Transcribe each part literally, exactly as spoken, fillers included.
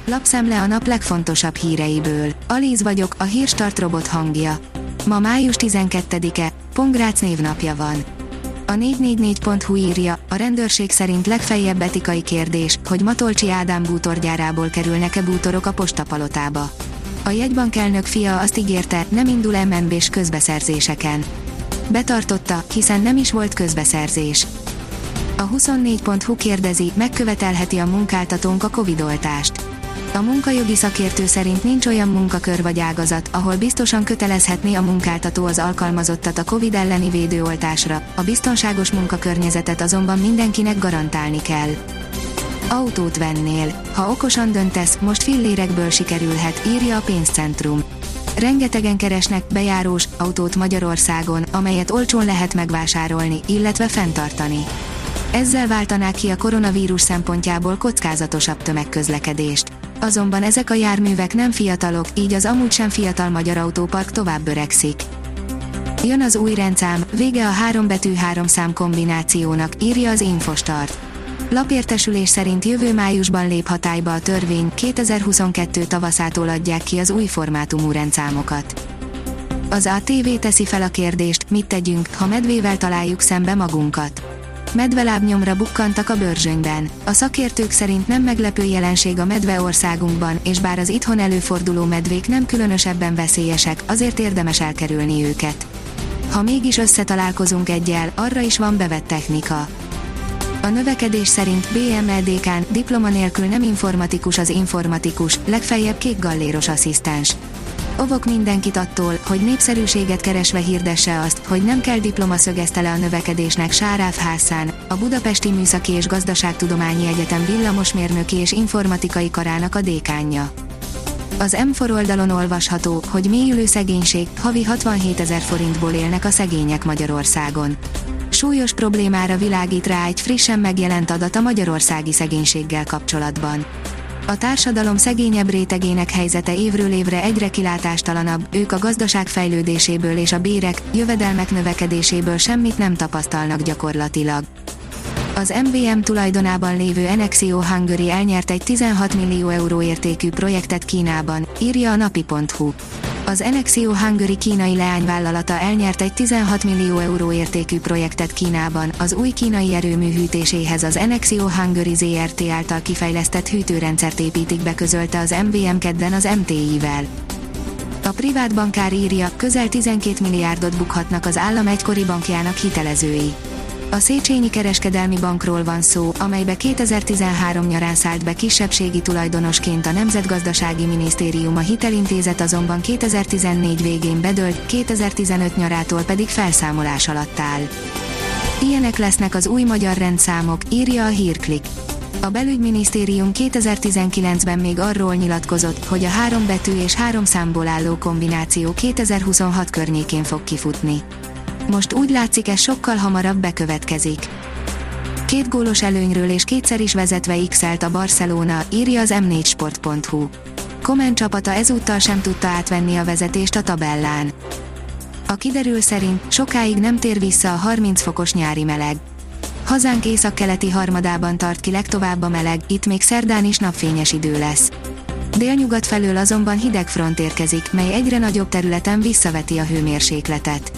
Lapszemle a nap legfontosabb híreiből. Alíz vagyok, a Hírstart robot hangja. Ma május tizenkettedike, Pongrác névnapja van. A négy négy négy pont hu írja, a rendőrség szerint legfeljebb etikai kérdés, hogy Matolcsi Ádám bútorgyárából kerülnek-e bútorok a postapalotába. A jegybankelnök fia azt ígérte, nem indul em en bé-s közbeszerzéseken. Betartotta, hiszen nem is volt közbeszerzés. A huszonnégy pont hu kérdezi, megkövetelheti a munkáltatónk a Covid-oltást. A munkajogi szakértő szerint nincs olyan munkakör vagy ágazat, ahol biztosan kötelezhetné a munkáltató az alkalmazottat a Covid elleni védőoltásra, a biztonságos munkakörnyezetet azonban mindenkinek garantálni kell. Autót vennél. Ha okosan döntesz, most fillérekből sikerülhet, írja a Pénzcentrum. Rengetegen keresnek bejárós autót Magyarországon, amelyet olcsón lehet megvásárolni, illetve fenntartani. Ezzel váltanák ki a koronavírus szempontjából kockázatosabb tömegközlekedést. Azonban ezek a járművek nem fiatalok, így az amúgy sem fiatal magyar autópark tovább öregszik. Jön az új rendszám, vége a három betű három szám kombinációnak, írja az Infostart. Lapértesülés szerint jövő májusban lép hatályba a törvény, kétezer-huszonkettő tavaszától adják ki az új formátumú rendszámokat. Az á té vé teszi fel a kérdést, mit tegyünk, ha medvével találjuk szembe magunkat. Medvelábnyomra bukkantak a Börzsönyben. A szakértők szerint nem meglepő jelenség a medve országunkban, és bár az itthon előforduló medvék nem különösebben veszélyesek, azért érdemes elkerülni őket. Ha mégis összetalálkozunk eggyel, arra is van bevett technika. A növekedés szerint bé em e dé kán diploma nélkül nem informatikus az informatikus, legfeljebb kék galléros asszisztens. Óvok mindenkit attól, hogy népszerűséget keresve hirdesse azt, hogy nem kell diploma, szögezte le a növekedésnek Sáráv Hászán, a Budapesti Műszaki és Gazdaságtudományi Egyetem villamosmérnöki és informatikai karának a dékánja. Az M négy oldalon olvasható, hogy mélyülő szegénység, havi hatvanhétezer forintból élnek a szegények Magyarországon. Súlyos problémára világít rá egy frissen megjelent adat a magyarországi szegénységgel kapcsolatban. A társadalom szegényebb rétegének helyzete évről évre egyre kilátástalanabb, ők a gazdaság fejlődéséből és a bérek, jövedelmek növekedéséből semmit nem tapasztalnak gyakorlatilag. Az em vé em tulajdonában lévő Ennexio Hungary elnyert egy tizenhat millió euró értékű projektet Kínában, írja a napi pont hu. Az Ennexio Hungary kínai leányvállalata elnyert egy tizenhat millió euró értékű projektet Kínában, az új kínai erőmű hűtéséhez az Ennexio Hungary zé er té által kifejlesztett hűtőrendszert építik be, közölte az em vé em kedden az em té i-vel. A privát bankár írja, közel tizenkét milliárdot bukhatnak az állam egykori bankjának hitelezői. A Széchenyi Kereskedelmi Bankról van szó, amelybe kétezer-tizenhárom nyarán szállt be kisebbségi tulajdonosként a Nemzetgazdasági Minisztérium, a hitelintézet azonban kétezer-tizennégy végén bedőlt, kétezer-tizenöt nyarától pedig felszámolás alatt áll. Ilyenek lesznek az új magyar rendszámok, írja a Hírklik. A belügyminisztérium kétezer-tizenkilencben még arról nyilatkozott, hogy a három betű és három számból álló kombináció kétezer-huszonhat környékén fog kifutni. Most úgy látszik, ez sokkal hamarabb bekövetkezik. Két gólos előnyről és kétszer is vezetve x-elt a Barcelona, írja az em négy sport pont hu. Koeman csapata ezúttal sem tudta átvenni a vezetést a tabellán. A kiderül szerint sokáig nem tér vissza a harminc fokos nyári meleg. Hazánk északkeleti harmadában tart ki legtovább a meleg, itt még szerdán is napfényes idő lesz. Délnyugat felől azonban hideg front érkezik, mely egyre nagyobb területen visszaveti a hőmérsékletet.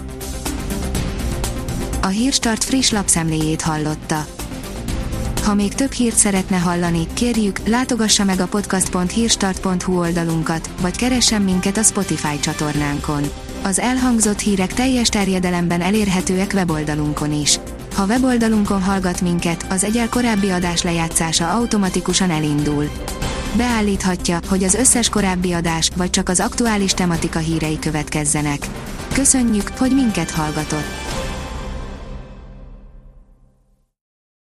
A Hírstart friss lapszemléjét hallotta. Ha még több hírt szeretne hallani, kérjük, látogassa meg a podcast pont hírstart pont hu oldalunkat, vagy keressen minket a Spotify csatornánkon. Az elhangzott hírek teljes terjedelemben elérhetőek weboldalunkon is. Ha weboldalunkon hallgat minket, az egyel korábbi adás lejátszása automatikusan elindul. Beállíthatja, hogy az összes korábbi adás, vagy csak az aktuális tematika hírei következzenek. Köszönjük, hogy minket hallgatott!